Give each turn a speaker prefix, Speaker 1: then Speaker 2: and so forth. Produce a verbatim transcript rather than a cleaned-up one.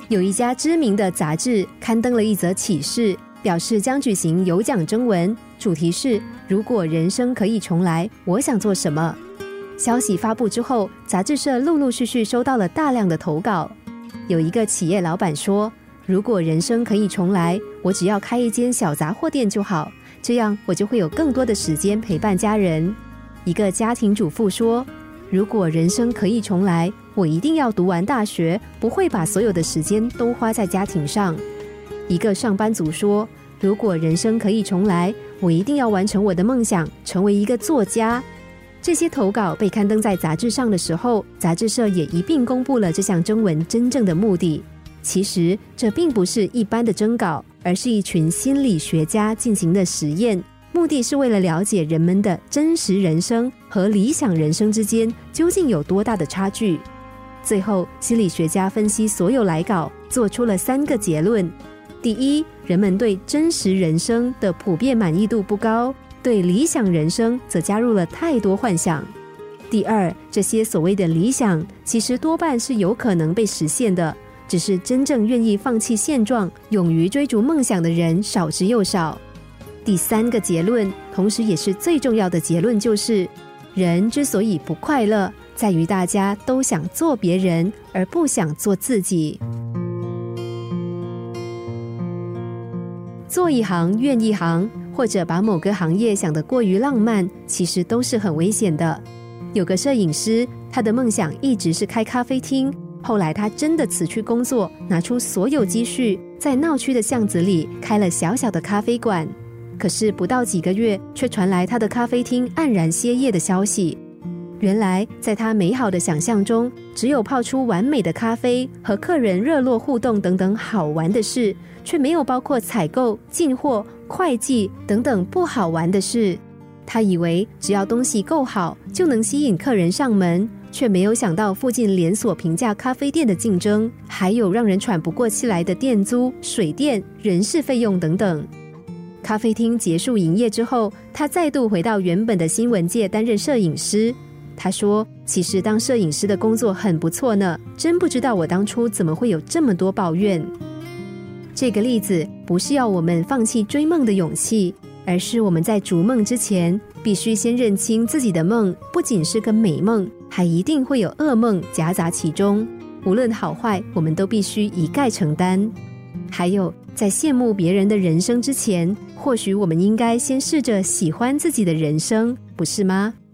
Speaker 1: 有一家知名的杂志刊登了一则启事，表示将举行有奖征文，主题是如果人生可以重来，我想做什么。消息发布之后，杂志社陆陆续续收到了大量的投稿。有一个企业老板说，如果人生可以重来，我只要开一间小杂货店就好，这样我就会有更多的时间陪伴家人。一个家庭主妇说，如果人生可以重来，我一定要读完大学，不会把所有的时间都花在家庭上。一个上班族说，如果人生可以重来，我一定要完成我的梦想，成为一个作家。这些投稿被刊登在杂志上的时候，杂志社也一并公布了这项征文真正的目的。其实这并不是一般的征稿，而是一群心理学家进行的实验，目的是为了了解人们的真实人生和理想人生之间究竟有多大的差距。最后，心理学家分析所有来稿，做出了三个结论。第一，人们对真实人生的普遍满意度不高，对理想人生则加入了太多幻想。第二，这些所谓的理想其实多半是有可能被实现的，只是真正愿意放弃现状，勇于追逐梦想的人少之又少。第三个结论，同时也是最重要的结论，就是人之所以不快乐，在于大家都想做别人，而不想做自己。做一行怨一行，或者把某个行业想得过于浪漫，其实都是很危险的。有个摄影师，他的梦想一直是开咖啡厅，后来他真的辞去工作，拿出所有积蓄，在闹区的巷子里开了小小的咖啡馆。可是不到几个月，却传来他的咖啡厅黯然歇业的消息。原来在他美好的想象中，只有泡出完美的咖啡和客人热络互动等等好玩的事，却没有包括采购、进货、会计等等不好玩的事。他以为只要东西够好，就能吸引客人上门，却没有想到附近连锁平价咖啡店的竞争，还有让人喘不过气来的店租、水电、人事费用等等。咖啡厅结束营业之后，他再度回到原本的新闻界担任摄影师。他说，其实当摄影师的工作很不错呢，真不知道我当初怎么会有这么多抱怨。这个例子不是要我们放弃追梦的勇气，而是我们在逐梦之前，必须先认清自己的梦不仅是个美梦，还一定会有噩梦夹杂其中，无论好坏，我们都必须一概承担。还有，在羡慕别人的人生之前，或许我们应该先试着喜欢自己的人生，不是吗？